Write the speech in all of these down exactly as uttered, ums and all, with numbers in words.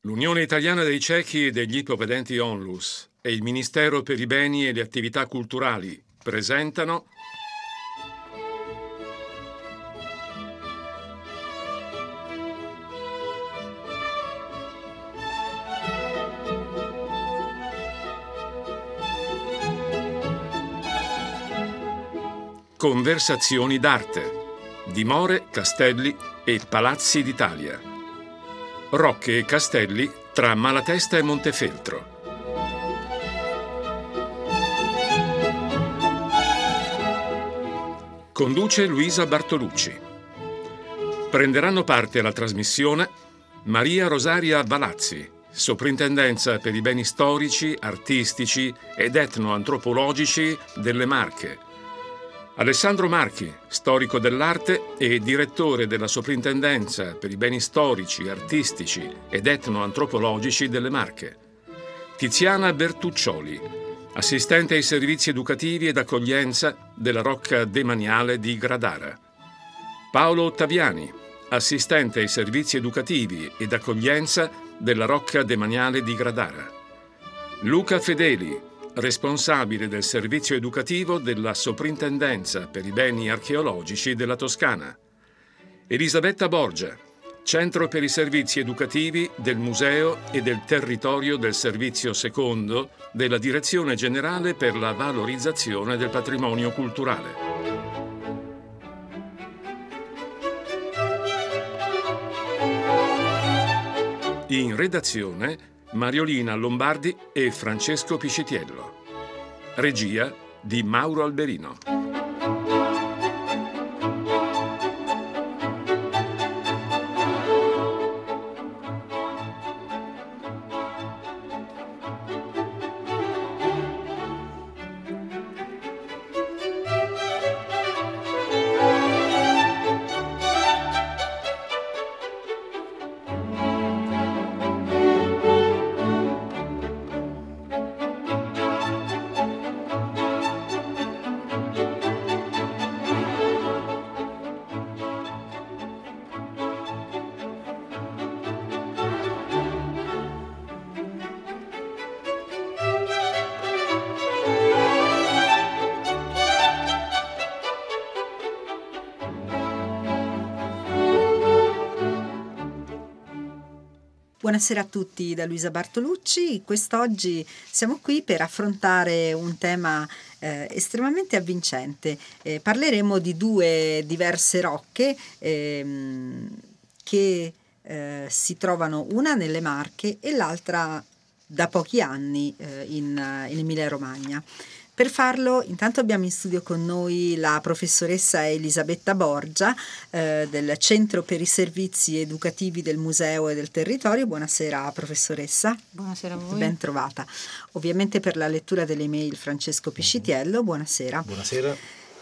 L'Unione Italiana dei Ciechi e degli Ipovedenti Onlus e il Ministero per i Beni e le Attività Culturali presentano Conversazioni d'arte, dimore, castelli e palazzi d'Italia. Rocche e castelli tra Malatesta e Montefeltro. Conduce Luisa Bartolucci. Prenderanno parte alla trasmissione Maria Rosaria Valazzi, Soprintendenza per i beni storici, artistici ed etnoantropologici delle Marche. Alessandro Marchi, storico dell'arte e direttore della Soprintendenza per i beni storici, artistici ed etnoantropologici delle Marche. Tiziana Bertuccioli, assistente ai servizi educativi ed accoglienza della Rocca Demaniale di Gradara. Paolo Ottaviani, assistente ai servizi educativi ed accoglienza della Rocca Demaniale di Gradara. Luca Fedeli, responsabile del servizio educativo della Soprintendenza per i beni archeologici della Toscana. Elisabetta Borgia, centro per i servizi educativi del Museo e del Territorio del Servizio Secondo della Direzione Generale per la Valorizzazione del Patrimonio Culturale. In redazione Mariolina Lombardi e Francesco Piscitiello. Regia di Mauro Alberino. Buonasera a tutti da Luisa Bartolucci. Quest'oggi siamo qui per affrontare un tema eh, estremamente avvincente. Eh, parleremo di due diverse rocche ehm, che eh, si trovano una nelle Marche e l'altra da pochi anni eh, in, in Emilia-Romagna. Per farlo, intanto abbiamo in studio con noi la professoressa Elisabetta Borgia eh, del Centro per i Servizi Educativi del Museo e del Territorio. Buonasera professoressa. Buonasera a voi. Ben trovata. Ovviamente per la lettura delle email Francesco Piscitiello. Buonasera. Buonasera.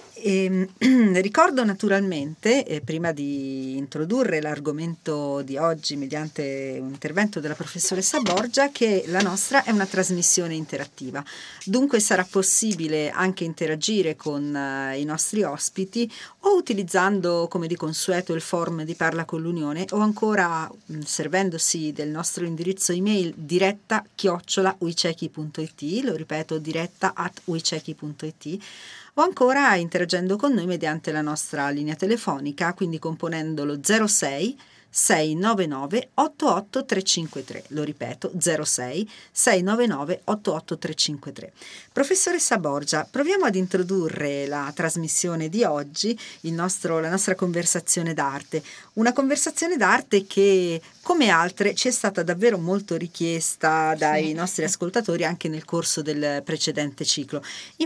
E, ricordo naturalmente, eh, prima di introdurre l'argomento di oggi mediante un intervento della professoressa Borgia, che la nostra è una trasmissione interattiva. Dunque sarà possibile anche interagire con uh, i nostri ospiti o utilizzando, come di consueto, il forum di Parla con l'Unione o ancora mh, servendosi del nostro indirizzo email diretta chiocciola uicechi punto it, lo ripeto diretta at uicechi punto it, o ancora interagendo con noi mediante la nostra linea telefonica, quindi componendo lo zero sei sei nove nove otto otto tre cinque tre. Lo ripeto, zero sei sei nove nove otto otto tre cinque tre. Professoressa Borgia, proviamo ad introdurre la trasmissione di oggi, il nostro, la nostra conversazione d'arte. Una conversazione d'arte che, come altre, ci è stata davvero molto richiesta dai sì. nostri ascoltatori anche nel corso del precedente ciclo.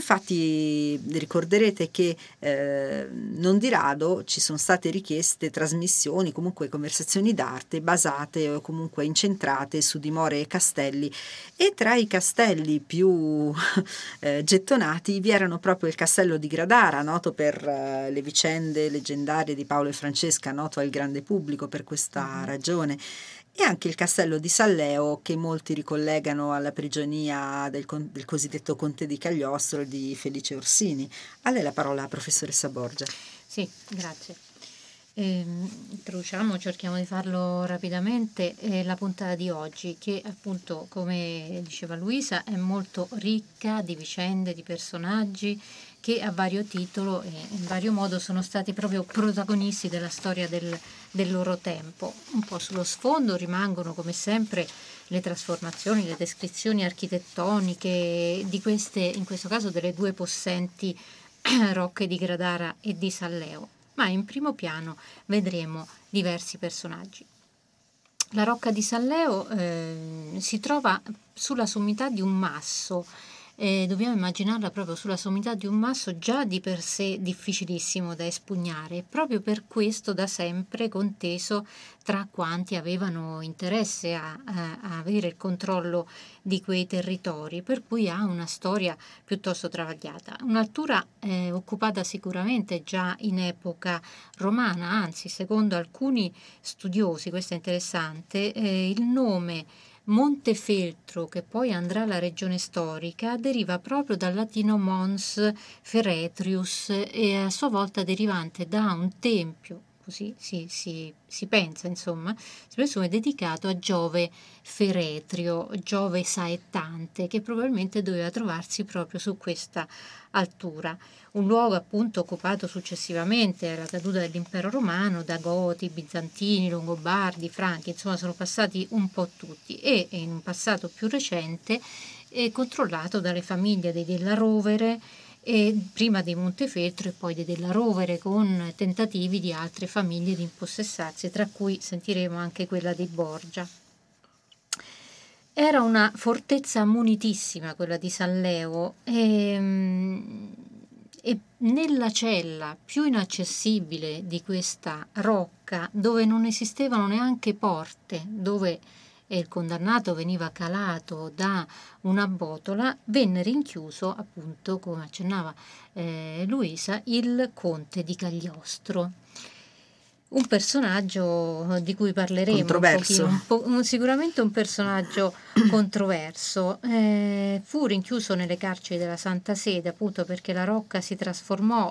Infatti ricorderete che eh, non di rado ci sono state richieste trasmissioni, comunque conversazioni d'arte basate o comunque incentrate su dimore e castelli, e tra i castelli più eh, gettonati vi erano proprio il castello di Gradara, noto per eh, le vicende leggendarie di Paolo e Francesca, noto al grande pubblico per questa mm-hmm. ragione, e anche il castello di Salleo, che molti ricollegano alla prigionia del, del cosiddetto conte di Cagliostro di Felice Orsini. A lei la parola, professoressa Borgia. Sì, grazie. Eh, introduciamo, cerchiamo di farlo rapidamente, eh, la puntata di oggi che appunto, come diceva Luisa, è molto ricca di vicende, di personaggi che a vario titolo e in vario modo sono stati proprio protagonisti della storia del, del loro tempo. Un po' sullo sfondo rimangono come sempre le trasformazioni, le descrizioni architettoniche di queste, in questo caso delle due possenti rocche di Gradara e di Salleo, ma in primo piano vedremo diversi personaggi. La rocca di Salleo eh, si trova sulla sommità di un masso. Eh, dobbiamo immaginarla proprio sulla sommità di un masso già di per sé difficilissimo da espugnare, proprio per questo da sempre conteso tra quanti avevano interesse a, a, a avere il controllo di quei territori, per cui ha una storia piuttosto travagliata. Un'altura eh, occupata sicuramente già in epoca romana, anzi secondo alcuni studiosi, questo è interessante, eh, il nome Montefeltro, che poi andrà alla regione storica, deriva proprio dal latino mons feretrius e a sua volta derivante da un tempio, così si, si, si pensa, insomma, si presume dedicato a Giove Feretrio, Giove saettante, che probabilmente doveva trovarsi proprio su questa altura. Un luogo appunto occupato successivamente alla caduta dell'impero romano da Goti, Bizantini, Longobardi, Franchi, insomma sono passati un po' tutti, e in un passato più recente è controllato dalle famiglie dei Della Rovere, e prima dei Montefeltro e poi dei Della Rovere, con tentativi di altre famiglie di impossessarsi, tra cui sentiremo anche quella di Borgia. Era una fortezza munitissima quella di San Leo, e, e nella cella più inaccessibile di questa rocca, dove non esistevano neanche porte, dove il condannato veniva calato da una botola, venne rinchiuso, appunto, come accennava eh, Luisa, il conte di Cagliostro. Un personaggio di cui parleremo Controverso. un pochino, un po', sicuramente un personaggio controverso. Eh, fu rinchiuso nelle carceri della Santa Sede, appunto perché la Rocca si trasformò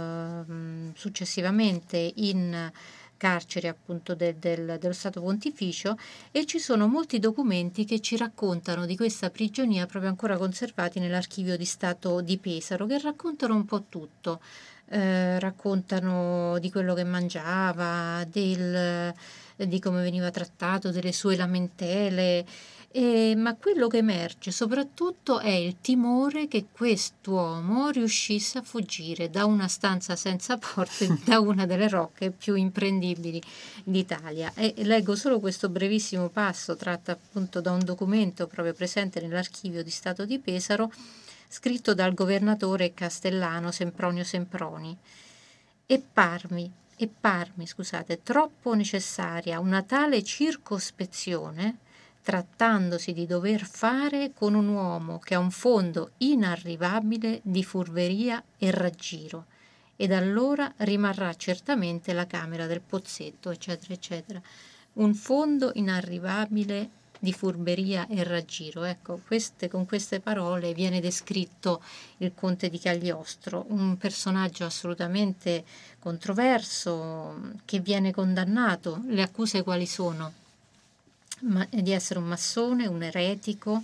eh, successivamente in carcere appunto de, del, dello Stato Pontificio, e ci sono molti documenti che ci raccontano di questa prigionia, proprio ancora conservati nell'archivio di Stato di Pesaro, che raccontano un po' tutto. Eh, raccontano di quello che mangiava, del, di come veniva trattato, delle sue lamentele, eh, ma quello che emerge soprattutto è il timore che quest'uomo riuscisse a fuggire da una stanza senza porte, da una delle rocche più imprendibili d'Italia. E leggo solo questo brevissimo passo tratto appunto da un documento proprio presente nell'archivio di Stato di Pesaro, scritto dal governatore castellano Sempronio Semproni. E parmi, e parmi, scusate, troppo necessaria una tale circospezione, trattandosi di dover fare con un uomo che ha un fondo inarrivabile di furberia e raggiro, ed allora rimarrà certamente la camera del pozzetto, eccetera, eccetera. Un fondo inarrivabile di furberia e raggiro. Ecco, queste, con queste parole viene descritto il conte di Cagliostro, un personaggio assolutamente controverso, che viene condannato. Le accuse quali sono? Ma, di essere un massone, un eretico,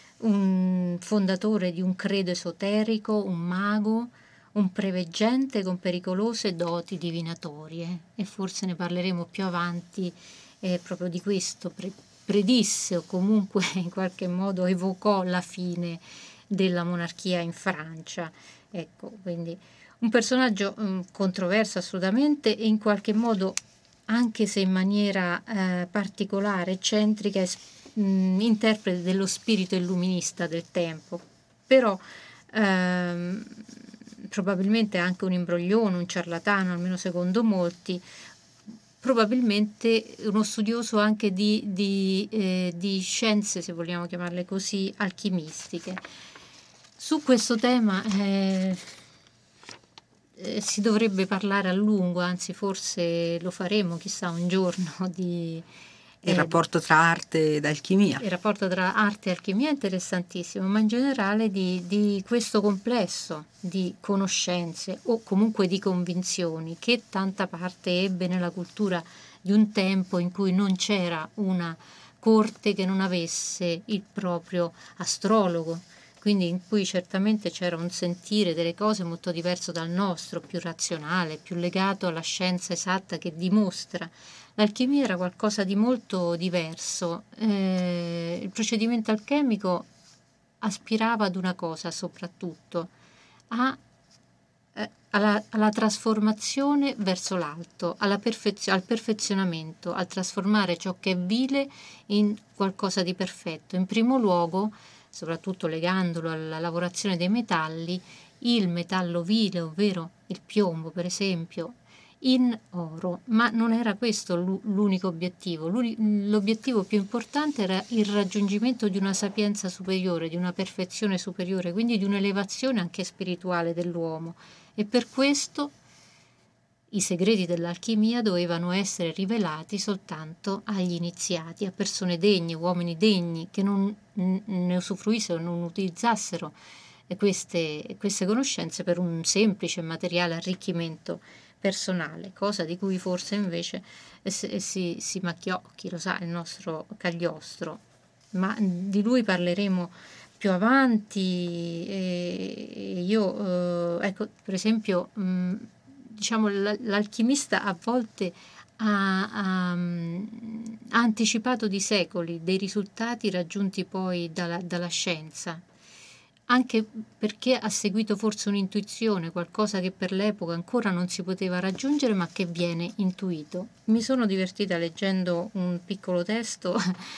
un fondatore di un credo esoterico, un mago, un preveggente con pericolose doti divinatorie, e forse ne parleremo più avanti, eh, proprio di questo. Pre- predisse o comunque in qualche modo evocò la fine della monarchia in Francia. Ecco, quindi un personaggio mh, controverso assolutamente, e in qualche modo, anche se in maniera eh, particolare, eccentrica, es- mh, interprete dello spirito illuminista del tempo, però ehm, probabilmente anche un imbroglione, un ciarlatano, almeno secondo molti, probabilmente uno studioso anche di, di, eh, di scienze, se vogliamo chiamarle così, alchimistiche. Su questo tema eh, eh, si dovrebbe parlare a lungo, anzi forse lo faremo, chissà, un giorno, di, Il rapporto tra arte ed alchimia. Il rapporto tra arte e alchimia è interessantissimo, ma in generale di, di questo complesso di conoscenze o comunque di convinzioni che tanta parte ebbe nella cultura di un tempo in cui non c'era una corte che non avesse il proprio astrologo, quindi in cui certamente c'era un sentire delle cose molto diverso dal nostro, più razionale, più legato alla scienza esatta che dimostra. L'alchimia era qualcosa di molto diverso. Eh, il procedimento alchemico aspirava ad una cosa soprattutto, a, eh, alla, alla trasformazione verso l'alto, alla perfezio- al perfezionamento, al trasformare ciò che è vile in qualcosa di perfetto. In primo luogo, soprattutto legandolo alla lavorazione dei metalli, il metallo vile, ovvero il piombo per esempio, in oro, ma non era questo l'unico obiettivo. L'obiettivo più importante era il raggiungimento di una sapienza superiore, di una perfezione superiore, quindi di un'elevazione anche spirituale dell'uomo, e per questo i segreti dell'alchimia dovevano essere rivelati soltanto agli iniziati, a persone degne, uomini degni, che non ne usufruissero, non utilizzassero queste, queste conoscenze per un semplice e materiale arricchimento personale, cosa di cui forse invece si, si, si macchiò, chi lo sa, il nostro Cagliostro. Ma di lui parleremo più avanti. E io, eh, ecco, per esempio, mh, diciamo, l'alchimista a volte ha, ha, ha anticipato di secoli dei risultati raggiunti poi dalla, dalla scienza, anche perché ha seguito forse un'intuizione, qualcosa che per l'epoca ancora non si poteva raggiungere ma che viene intuito. Mi sono divertita leggendo un piccolo testo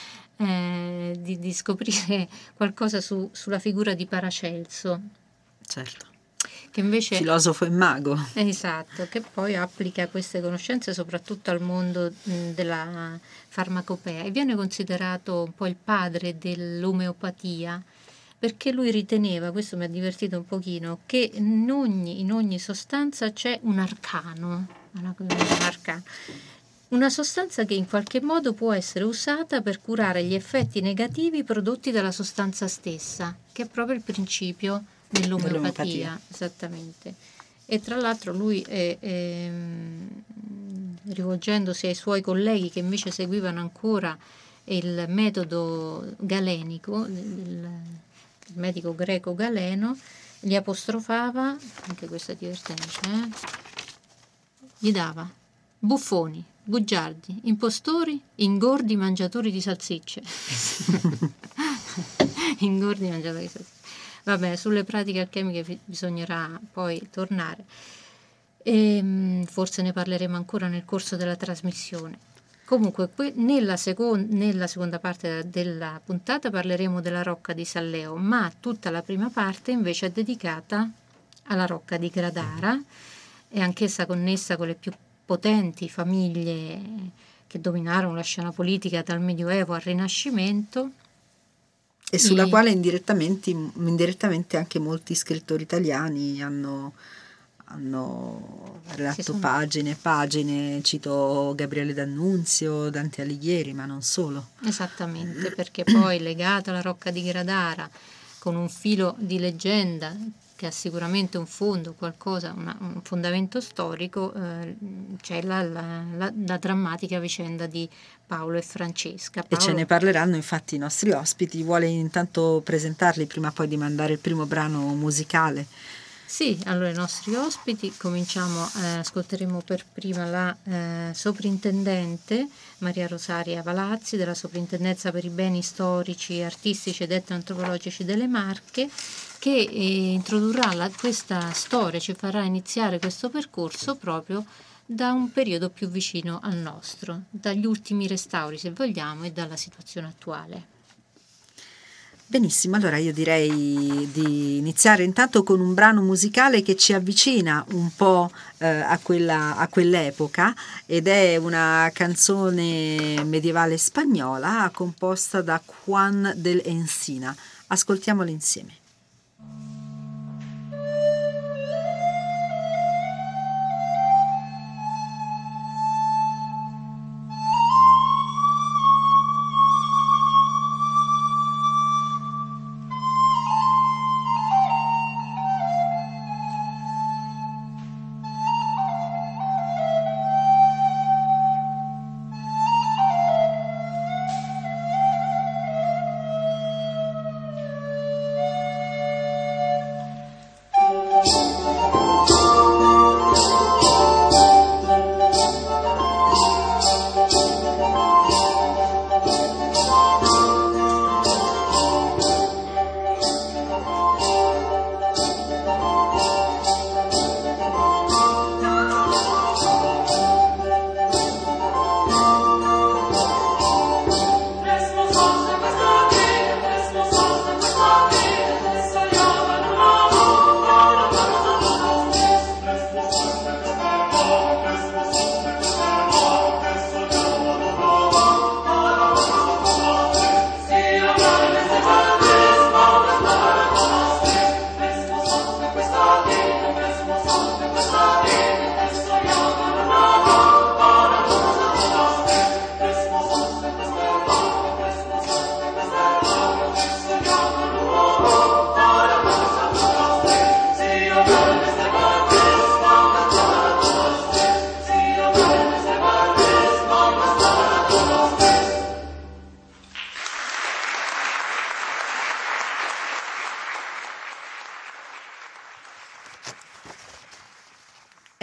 eh, di, di scoprire qualcosa su, sulla figura di Paracelso. Certo. Che invece, filosofo e mago. Esatto, che poi applica queste conoscenze soprattutto al mondo mh, della farmacopea e viene considerato un po' il padre dell'omeopatia, perché lui riteneva, questo mi ha divertito un pochino, che in ogni, in ogni sostanza c'è un arcano, un arcano, una sostanza che in qualche modo può essere usata per curare gli effetti negativi prodotti dalla sostanza stessa, che è proprio il principio dell'omeopatia, dell'omeopatia. Esattamente. E tra l'altro lui, è, è, rivolgendosi ai suoi colleghi che invece seguivano ancora il metodo galenico, il, il medico greco Galeno, li apostrofava, anche questo è divertente, eh? Gli dava buffoni, bugiardi, impostori, ingordi mangiatori di salsicce. Ingordi mangiatori di salsicce. Vabbè, sulle pratiche alchemiche bisognerà poi tornare e forse ne parleremo ancora nel corso della trasmissione. Comunque, nella, secon- nella seconda parte della puntata parleremo della Rocca di Salleo, ma tutta la prima parte invece è dedicata alla Rocca di Gradara, e anch'essa connessa con le più potenti famiglie che dominarono la scena politica dal Medioevo al Rinascimento. E sulla e... quale indirettamente, indirettamente anche molti scrittori italiani hanno... hanno redatto sono... pagine e pagine, cito Gabriele D'Annunzio, Dante Alighieri, ma non solo. Esattamente, perché poi legata alla Rocca di Gradara con un filo di leggenda che ha sicuramente un fondo, qualcosa, una, un fondamento storico, eh, c'è la, la, la, la drammatica vicenda di Paolo e Francesca. Paolo... E ce ne parleranno infatti i nostri ospiti. Vuole intanto presentarli prima poi di mandare il primo brano musicale? Sì, allora i nostri ospiti, cominciamo, eh, ascolteremo per prima la eh, soprintendente Maria Rosaria Valazzi della Soprintendenza per i Beni Storici, Artistici ed Etnoantropologici delle Marche, che eh, introdurrà la, questa storia, ci farà iniziare questo percorso proprio da un periodo più vicino al nostro, dagli ultimi restauri se vogliamo e dalla situazione attuale. Benissimo, allora io direi di iniziare intanto con un brano musicale che ci avvicina un po' eh, a, quella, a quell'epoca, ed è una canzone medievale spagnola composta da Juan del Encina. Ascoltiamola insieme.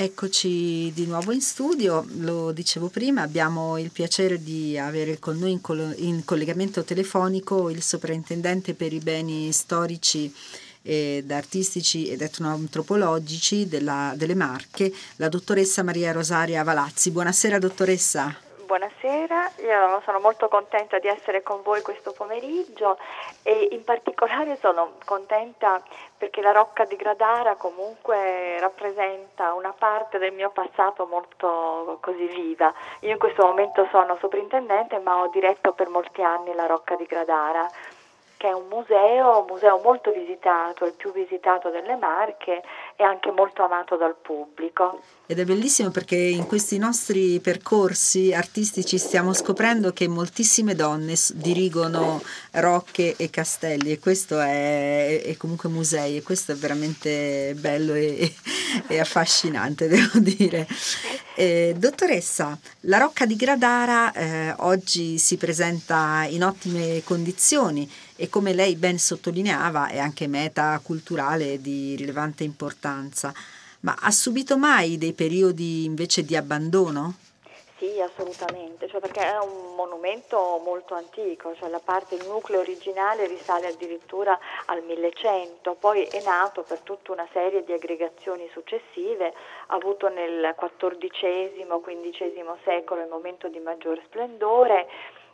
Eccoci di nuovo in studio, lo dicevo prima, abbiamo il piacere di avere con noi in, col- in collegamento telefonico il sovrintendente per i beni storici ed artistici ed etnoantropologici della- delle Marche, la dottoressa Maria Rosaria Valazzi. Buonasera dottoressa. Buonasera, io sono molto contenta di essere con voi questo pomeriggio e in particolare sono contenta perché la Rocca di Gradara comunque rappresenta una parte del mio passato molto così viva. Io in questo momento sono sovrintendente, ma ho diretto per molti anni la Rocca di Gradara, che è un museo, un museo molto visitato, il più visitato delle Marche e anche molto amato dal pubblico. Ed è bellissimo perché in questi nostri percorsi artistici stiamo scoprendo che moltissime donne s- dirigono rocche e castelli, e questo è, e comunque musei, e questo è veramente bello e, e affascinante, devo dire. Eh, dottoressa, la Rocca di Gradara eh, oggi si presenta in ottime condizioni e, come lei ben sottolineava, è anche meta culturale di rilevante importanza. Ma ha subito mai dei periodi invece di abbandono? Sì, assolutamente, cioè perché è un monumento molto antico, cioè la parte, il nucleo originale risale addirittura al millecento, poi è nato per tutta una serie di aggregazioni successive, ha avuto nel quattordicesimo, quindicesimo secolo il momento di maggior splendore,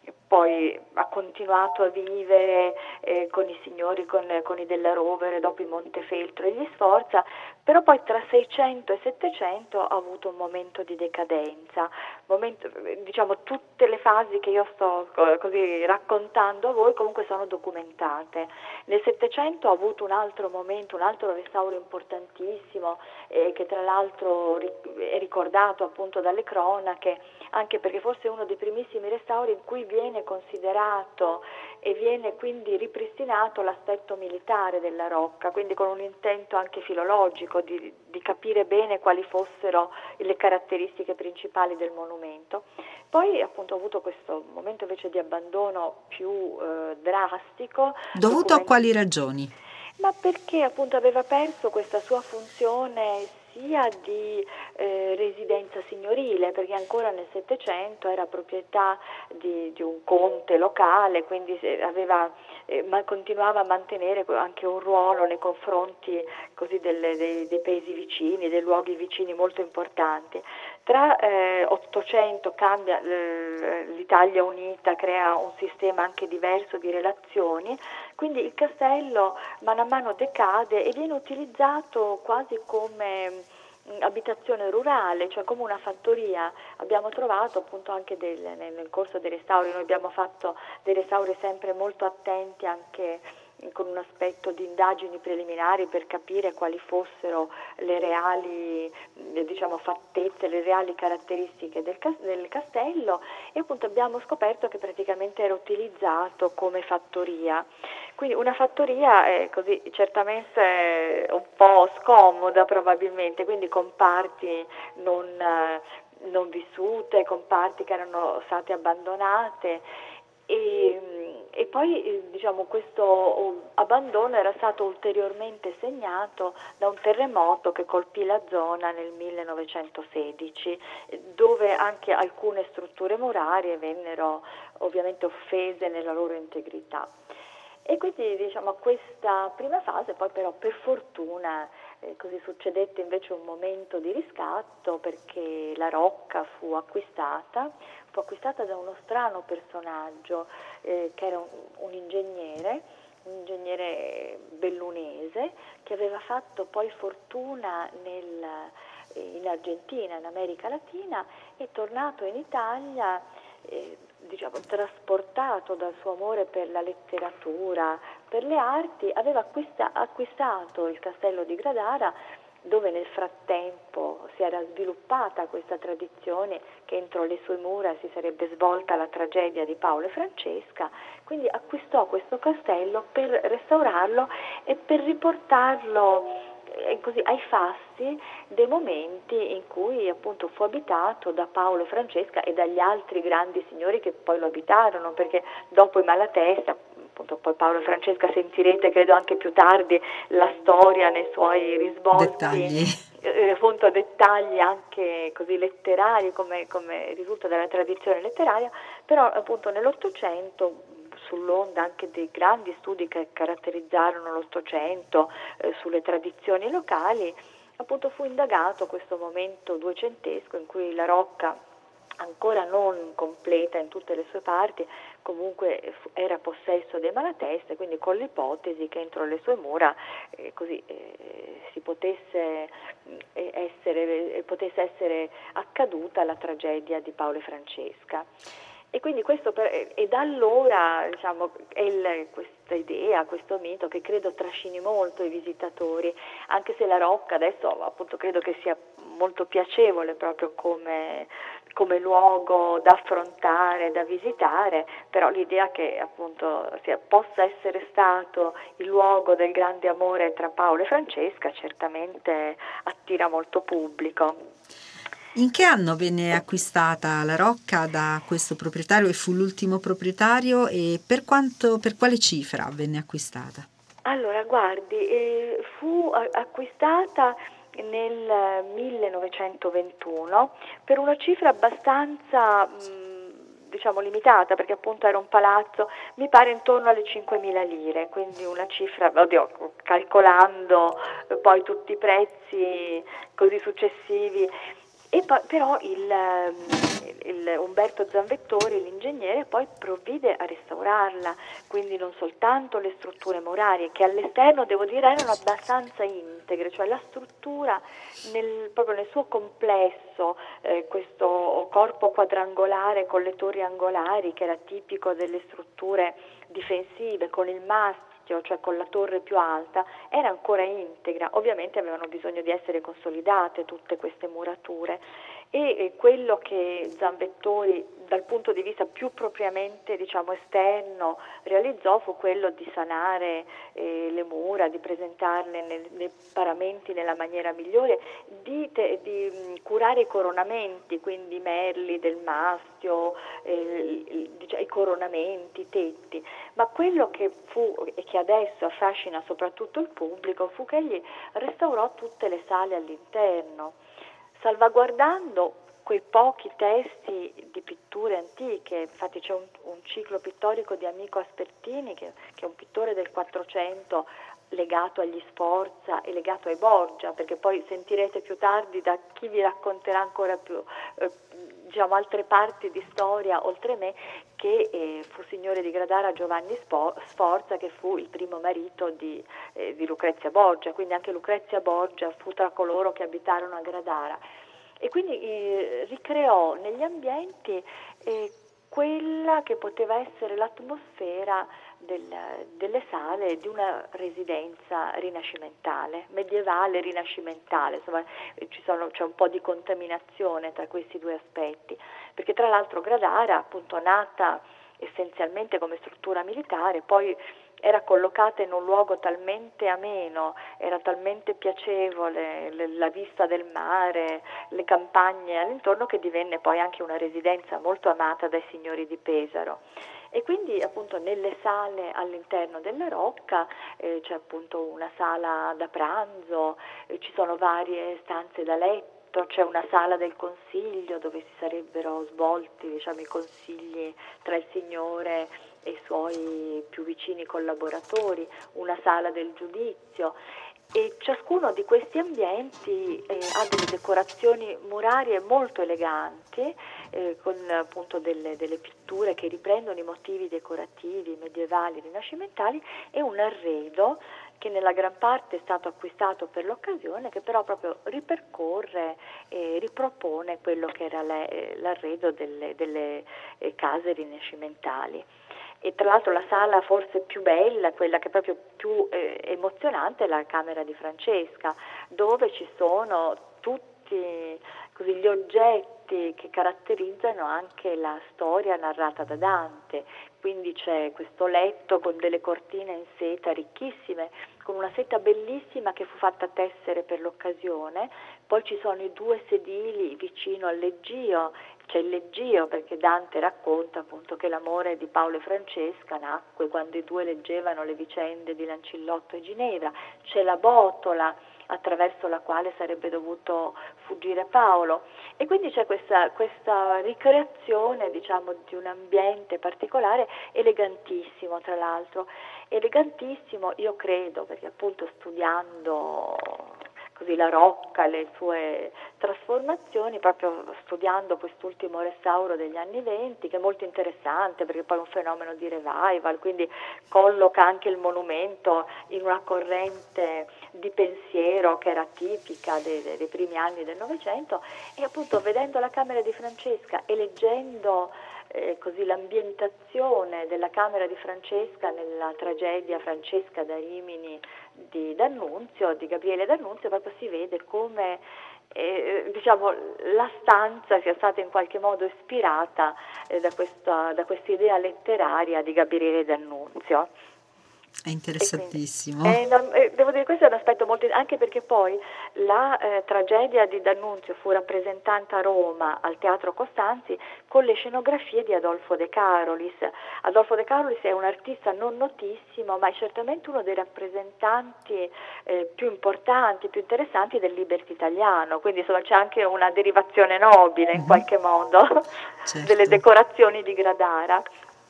poi ha continuato a vivere eh, con i signori, con, con i della Rovere, dopo i Montefeltro e gli Sforza, però poi tra seicento e settecento ha avuto un momento di decadenza, momento, diciamo tutte le fasi che io sto così raccontando a voi comunque sono documentate. Nel settecento ha avuto un altro momento, un altro restauro importantissimo eh, che tra l'altro è ricordato appunto dalle cronache, anche perché forse è uno dei primissimi restauri in cui viene considerato e viene quindi ripristinato l'aspetto militare della rocca, quindi con un intento anche filologico di, di capire bene quali fossero le caratteristiche principali del monumento. Poi appunto ho avuto questo momento invece di abbandono più eh, drastico. Dovuto a document- quali ragioni? Ma perché appunto aveva perso questa sua funzione sia di eh, residenza signorile, perché ancora nel Settecento era proprietà di, di un conte locale, quindi aveva, eh, ma continuava a mantenere anche un ruolo nei confronti così delle, dei, dei paesi vicini, dei luoghi vicini molto importanti. Tra eh, Ottocento cambia eh, l'Italia unita, crea un sistema anche diverso di relazioni, quindi il castello mano a mano decade e viene utilizzato quasi come mh, abitazione rurale, cioè come una fattoria. Abbiamo trovato appunto anche del, nel, nel corso dei restauri, noi abbiamo fatto dei restauri sempre molto attenti anche con un aspetto di indagini preliminari per capire quali fossero le reali, diciamo, fattezze, le reali caratteristiche del, del castello, e appunto abbiamo scoperto che praticamente era utilizzato come fattoria. Quindi una fattoria è così certamente un po' scomoda probabilmente, quindi con parti non, non vissute, con parti che erano state abbandonate. E, e poi diciamo questo abbandono era stato ulteriormente segnato da un terremoto che colpì la zona nel millenovecentosedici, dove anche alcune strutture murarie vennero ovviamente offese nella loro integrità. E quindi diciamo a questa prima fase poi però per fortuna eh, così succedette invece un momento di riscatto, perché la rocca fu acquistata, fu acquistata da uno strano personaggio eh, che era un, un ingegnere, un ingegnere bellunese che aveva fatto poi fortuna nel, in Argentina, in America Latina, e tornato in Italia eh, diciamo trasportato dal suo amore per la letteratura, per le arti, aveva acquista, acquistato il castello di Gradara, dove nel frattempo si era sviluppata questa tradizione che entro le sue mura si sarebbe svolta la tragedia di Paolo e Francesca. Quindi acquistò questo castello per restaurarlo e per riportarlo eh, così ai fasti dei momenti in cui appunto fu abitato da Paolo e Francesca e dagli altri grandi signori che poi lo abitarono, perché dopo i Malatesta, appunto poi Paolo e Francesca sentirete credo anche più tardi la storia nei suoi risvolti Dettagli. eh, appunto dettagli anche così letterari come, come risulta dalla tradizione letteraria, però appunto nell'Ottocento, sull'onda anche dei grandi studi che caratterizzarono l'Ottocento eh, sulle tradizioni locali, appunto fu indagato questo momento duecentesco in cui la Rocca, ancora non completa in tutte le sue parti, comunque era possesso dei Malatesta, quindi con l'ipotesi che entro le sue mura eh, così, eh, si potesse, eh, essere, potesse essere accaduta la tragedia di Paolo e Francesca. E quindi questo per, e da allora diciamo, è il, questa idea, questo mito che credo trascini molto i visitatori, anche se la Rocca adesso appunto credo che sia molto piacevole proprio come, come luogo da affrontare, da visitare, però l'idea che appunto sia, possa essere stato il luogo del grande amore tra Paolo e Francesca certamente attira molto pubblico. In che anno venne acquistata la Rocca da questo proprietario e fu l'ultimo proprietario, e per quanto, per quale cifra venne acquistata? Allora, guardi, eh, fu acquistata nel millenovecentoventuno per una cifra abbastanza mh, diciamo limitata, perché appunto era un palazzo, mi pare intorno alle cinquemila lire, quindi una cifra, oddio, calcolando eh, poi tutti i prezzi così successivi. E poi, però il, il Umberto Zanvettori, l'ingegnere, poi provvide a restaurarla, quindi non soltanto le strutture murarie, che all'esterno devo dire erano abbastanza integre, cioè la struttura nel, proprio nel suo complesso, eh, questo corpo quadrangolare con le torri angolari che era tipico delle strutture difensive, con il mastio, cioè con la torre più alta, era ancora integra. Ovviamente avevano bisogno di essere consolidate tutte queste murature, e quello che Zanvettori dal punto di vista più propriamente diciamo esterno realizzò fu quello di sanare eh, le mura, di presentarle nel, nei paramenti nella maniera migliore, di, te, di mh, curare i coronamenti, quindi i merli del mastio, eh, il, diciamo, i coronamenti, i tetti. Ma quello che fu e che adesso affascina soprattutto il pubblico fu che egli restaurò tutte le sale all'interno, salvaguardando quei pochi testi di pitture antiche. Infatti c'è un, un ciclo pittorico di Amico Aspertini, che, che è un pittore del Quattrocento legato agli Sforza e legato ai Borgia, perché poi sentirete più tardi da chi vi racconterà ancora più eh, diciamo altre parti di storia oltre me, che eh, fu signore di Gradara Giovanni Sforza, che fu il primo marito di, eh, di Lucrezia Borgia, quindi anche Lucrezia Borgia fu tra coloro che abitarono a Gradara, e quindi eh, ricreò negli ambienti eh, quella che poteva essere l'atmosfera del, delle sale di una residenza rinascimentale, medievale rinascimentale. Insomma, ci sono, c'è un po' di contaminazione tra questi due aspetti, perché tra l'altro Gradara, appunto nata essenzialmente come struttura militare, poi era collocata in un luogo talmente ameno, era talmente piacevole la vista del mare, le campagne all'intorno, che divenne poi anche una residenza molto amata dai signori di Pesaro. E quindi appunto nelle sale all'interno della Rocca eh, c'è appunto una sala da pranzo, eh, ci sono varie stanze da letto, c'è una sala del consiglio dove si sarebbero svolti diciamo, i consigli tra il signore e i suoi più vicini collaboratori, una sala del giudizio, e ciascuno di questi ambienti eh, ha delle decorazioni murarie molto eleganti, eh, con appunto delle, delle pitture che riprendono i motivi decorativi medievali, rinascimentali, e un arredo che nella gran parte è stato acquistato per l'occasione, che però proprio ripercorre e ripropone quello che era le, l'arredo delle, delle eh, case rinascimentali. E tra l'altro la sala forse più bella, quella che è proprio più eh, emozionante, è la camera di Francesca, dove ci sono tutti così, gli oggetti che caratterizzano anche la storia narrata da Dante. Quindi c'è questo letto con delle cortine in seta ricchissime, con una seta bellissima che fu fatta tessere per l'occasione, poi ci sono i due sedili vicino al leggio. C'è il leggio perché Dante racconta appunto che l'amore di Paolo e Francesca nacque quando i due leggevano le vicende di Lancillotto e Ginevra. C'è la botola attraverso la quale sarebbe dovuto fuggire Paolo. E quindi c'è questa, questa ricreazione, diciamo, di un ambiente particolare, elegantissimo tra l'altro, elegantissimo io credo, perché appunto studiando così la Rocca, le sue trasformazioni, proprio studiando quest'ultimo restauro degli anni venti, che è molto interessante perché poi è un fenomeno di revival, quindi colloca anche il monumento in una corrente di pensiero che era tipica dei, dei primi anni del Novecento, e appunto vedendo la Camera di Francesca e leggendo eh, così l'ambientazione della Camera di Francesca nella tragedia Francesca da Rimini di D'Annunzio, di Gabriele D'Annunzio, proprio si vede come eh, diciamo la stanza sia stata in qualche modo ispirata eh, da questa da quest'idea letteraria di Gabriele D'Annunzio. È interessantissimo. Quindi, è, è, devo dire, questo è un aspetto molto, anche perché poi la eh, tragedia di D'Annunzio fu rappresentata a Roma al Teatro Costanzi con le scenografie di Adolfo De Carolis. Adolfo De Carolis è un artista non notissimo, ma è certamente uno dei rappresentanti eh, più importanti, più interessanti del Liberty italiano, quindi insomma c'è anche una derivazione nobile in mm-hmm. qualche modo certo. delle decorazioni di Gradara.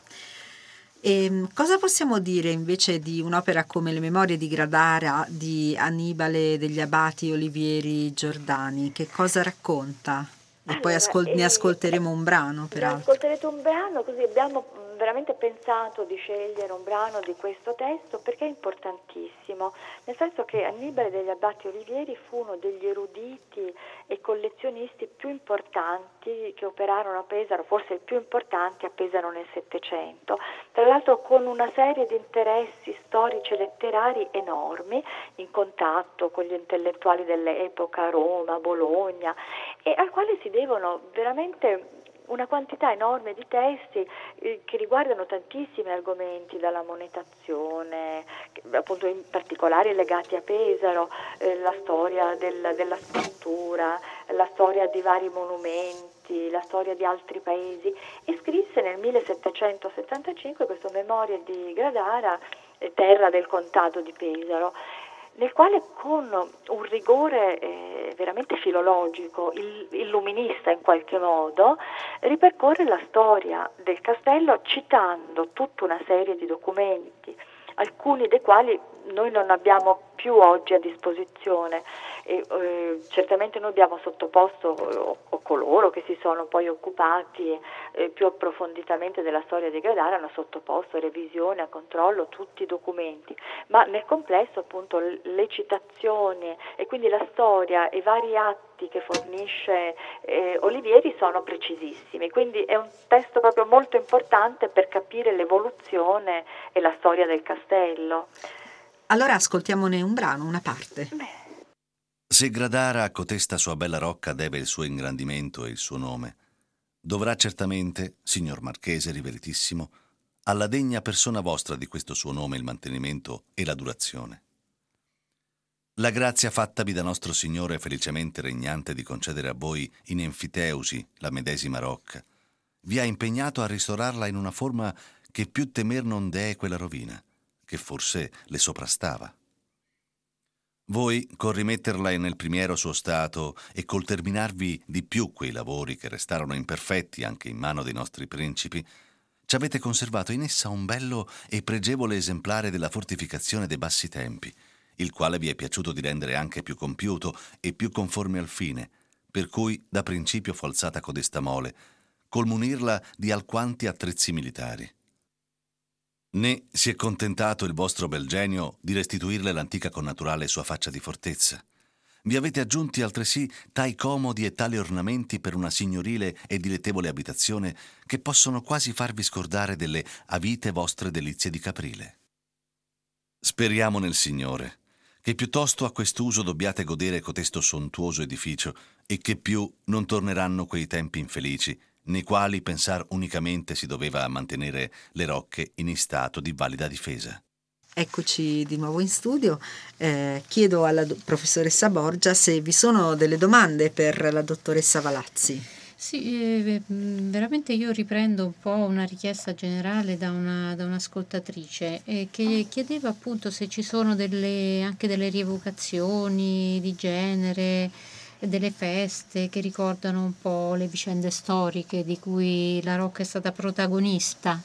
E cosa possiamo dire invece di un'opera come Le Memorie di Gradara di Annibale degli Abati Olivieri Giordani? Che cosa racconta? E allora, poi ascol- eh, ne ascolteremo un brano, peraltro. Ne ascolterete un brano, così abbiamo veramente pensato di scegliere un brano di questo testo perché è importantissimo, nel senso che Annibale degli Abati Olivieri fu uno degli eruditi e collezionisti più importanti che operarono a Pesaro, forse il più importante a Pesaro nel Settecento, tra l'altro con una serie di interessi storici e letterari enormi, in contatto con gli intellettuali dell'epoca, Roma, Bologna, e al quale si devono veramente una quantità enorme di testi eh, che riguardano tantissimi argomenti, dalla monetazione, appunto in particolare legati a Pesaro, eh, la storia del, della scultura, la storia di vari monumenti, la storia di altri paesi, e scrisse nel millesettecentosettantacinque questo Memorie di Gradara, eh, terra del contado di Pesaro, nel quale con un rigore eh, veramente filologico, il, illuminista in qualche modo, ripercorre la storia del castello citando tutta una serie di documenti, alcuni dei quali noi non abbiamo più oggi a disposizione. E, eh, certamente noi abbiamo sottoposto, o, o coloro che si sono poi occupati eh, più approfonditamente della storia di Gradara hanno sottoposto a revisione, a controllo tutti i documenti, ma nel complesso appunto le citazioni e quindi la storia e i vari atti che fornisce eh, Olivieri sono precisissimi, quindi è un testo proprio molto importante per capire l'evoluzione e la storia del castello. Allora ascoltiamone un brano, una parte. Beh. Se Gradara a cotesta sua bella rocca deve il suo ingrandimento e il suo nome, dovrà certamente, signor Marchese riveritissimo, alla degna persona vostra di questo suo nome il mantenimento e la durazione. La grazia fattavi da nostro Signore felicemente regnante di concedere a voi in Enfiteusi la medesima rocca, vi ha impegnato a restaurarla in una forma che più temer non dee quella rovina, che forse le soprastava. Voi, col rimetterla nel primiero suo stato e col terminarvi di più quei lavori che restarono imperfetti anche in mano dei nostri principi, ci avete conservato in essa un bello e pregevole esemplare della fortificazione dei bassi tempi, il quale vi è piaciuto di rendere anche più compiuto e più conforme al fine, per cui da principio fu alzata codesta mole, col munirla di alquanti attrezzi militari. Né si è contentato il vostro bel genio di restituirle l'antica connaturale sua faccia di fortezza. Vi avete aggiunti altresì tai comodi e tali ornamenti per una signorile e dilettevole abitazione che possono quasi farvi scordare delle avite vostre delizie di Caprile. Speriamo nel Signore che piuttosto a quest'uso dobbiate godere cotesto sontuoso edificio e che più non torneranno quei tempi infelici nei quali pensar unicamente si doveva mantenere le rocche in stato di valida difesa. Eccoci di nuovo in studio. Eh, chiedo alla do- professoressa Borgia se vi sono delle domande per la dottoressa Valazzi. Sì, eh, veramente io riprendo un po' una richiesta generale da una, da un'ascoltatrice eh, che chiedeva appunto se ci sono delle, anche delle rievocazioni di genere, delle feste che ricordano un po' le vicende storiche di cui la Rocca è stata protagonista.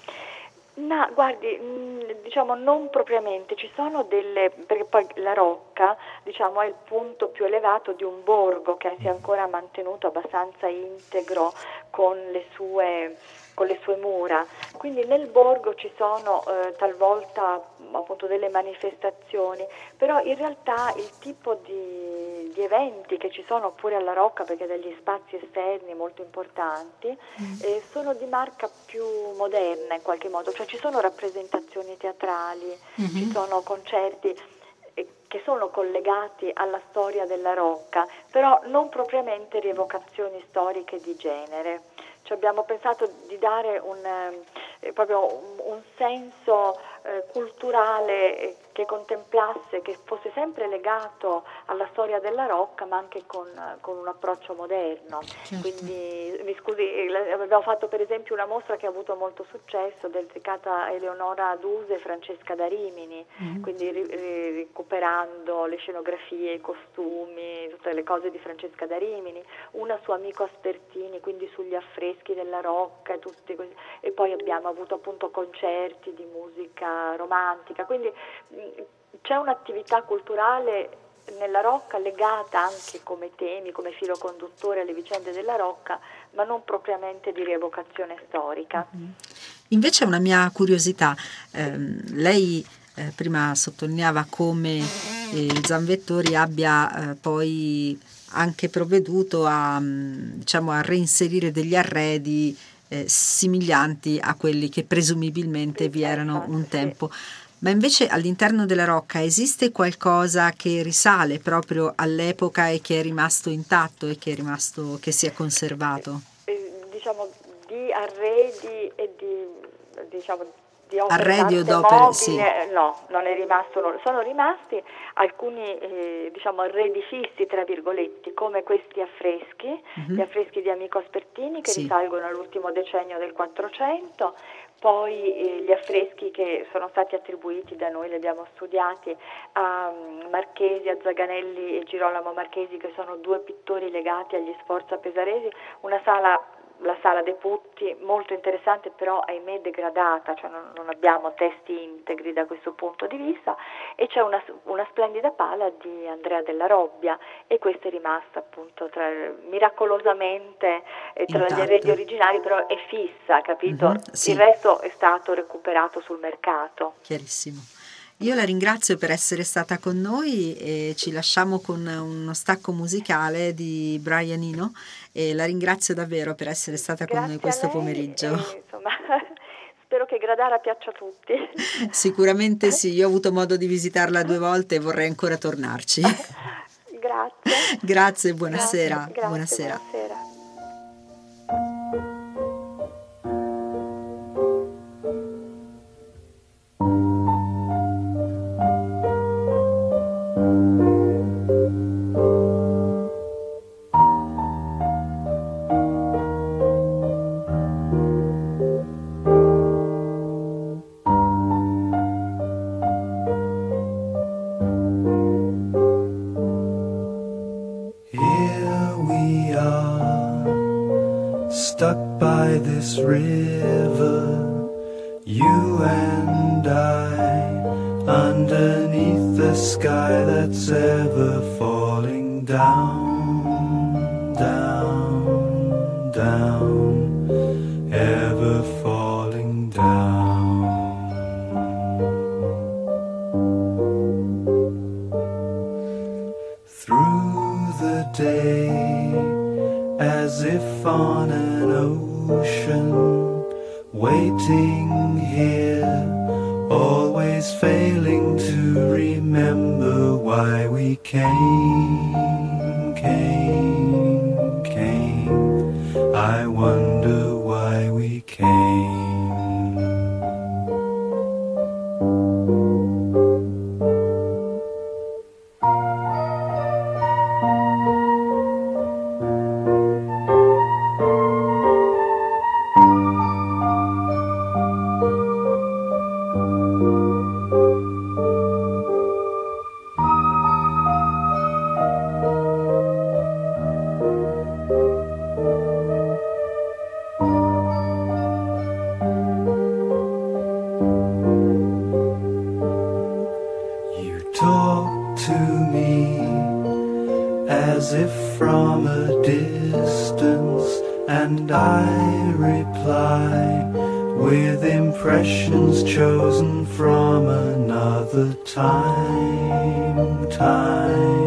No, guardi, mh, diciamo non propriamente, ci sono delle, perché poi la Rocca, diciamo, è il punto più elevato di un borgo che si è ancora mantenuto abbastanza integro con le sue, con le sue mura, quindi nel borgo ci sono eh, talvolta appunto delle manifestazioni, però in realtà il tipo di, di eventi che ci sono pure alla Rocca, perché degli spazi esterni molto importanti, Mm. eh, sono di marca più moderna in qualche modo, cioè ci sono rappresentazioni teatrali, Mhm. ci sono concerti eh, che sono collegati alla storia della Rocca, però non propriamente rievocazioni storiche di genere. Ci abbiamo pensato di dare un, eh, proprio un, un senso eh, culturale eh, che contemplasse, che fosse sempre legato alla storia della Rocca, ma anche con, con un approccio moderno. Certo. Quindi, mi scusi, eh, abbiamo fatto per esempio una mostra che ha avuto molto successo, dedicata a Eleonora Duse e Francesca da Rimini, Mm. quindi ri- ri- recuperando le scenografie, i costumi, tutte le cose di Francesca da Rimini, una su Amico Aspertini, quindi sugli affreschi della Rocca e tutti questi, e poi abbiamo avuto appunto concerti di musica romantica, quindi mh, c'è un'attività culturale nella Rocca legata anche come temi, come filo conduttore alle vicende della Rocca, ma non propriamente di rievocazione storica. Invece una mia curiosità, ehm, lei eh, prima sottolineava come eh, il Zanvettori abbia eh, poi anche provveduto a, mh, diciamo, a reinserire degli arredi eh, somiglianti a quelli che presumibilmente vi Eh, erano infatti, un sì. tempo. Ma invece all'interno della Rocca esiste qualcosa che risale proprio all'epoca e che è rimasto intatto e che è rimasto, che si è conservato? Eh, diciamo di arredi e di, diciamo, di opere Arredi o d'arte d'opere, mobili, sì. eh, no, non è rimasto, no. Sono rimasti alcuni eh, diciamo arredi fissi tra virgolette, come questi affreschi, Mhm. gli affreschi di Amico Aspertini che Sì. risalgono all'ultimo decennio del Quattrocento. Poi eh, gli affreschi che sono stati attribuiti da noi, li abbiamo studiati, a um, Marchesi, a Zaganelli e Girolamo Marchesi, che sono due pittori legati agli Sforza Pesaresi, una sala, la sala dei Putti, molto interessante, però ahimè degradata, cioè non, non abbiamo testi integri da questo punto di vista, e c'è una, una splendida pala di Andrea Della Robbia, e questa è rimasta appunto tra, miracolosamente eh, tra gli arredi Intatta. originali, però è fissa, capito? Mhm, sì. Il resto è stato recuperato sul mercato. Chiarissimo. Io la ringrazio per essere stata con noi e ci lasciamo con uno stacco musicale di Brian Eno e la ringrazio davvero per essere stata con noi Grazie questo a lei pomeriggio. e, insomma, spero che Gradara piaccia a tutti. Sicuramente sì, io ho avuto modo di visitarla due volte e vorrei ancora tornarci. Grazie. Grazie, buonasera. Grazie, grazie, Buonasera. buonasera. Here we are, stuck by this river, you and I, underneath the sky that's ever falling down, down, down, ever falling down. Through the day, as if on an ocean, waiting here, always failing to remember why we came, came, came. I wonder why we came. to me as if from a distance, and I reply with impressions chosen from another time, time.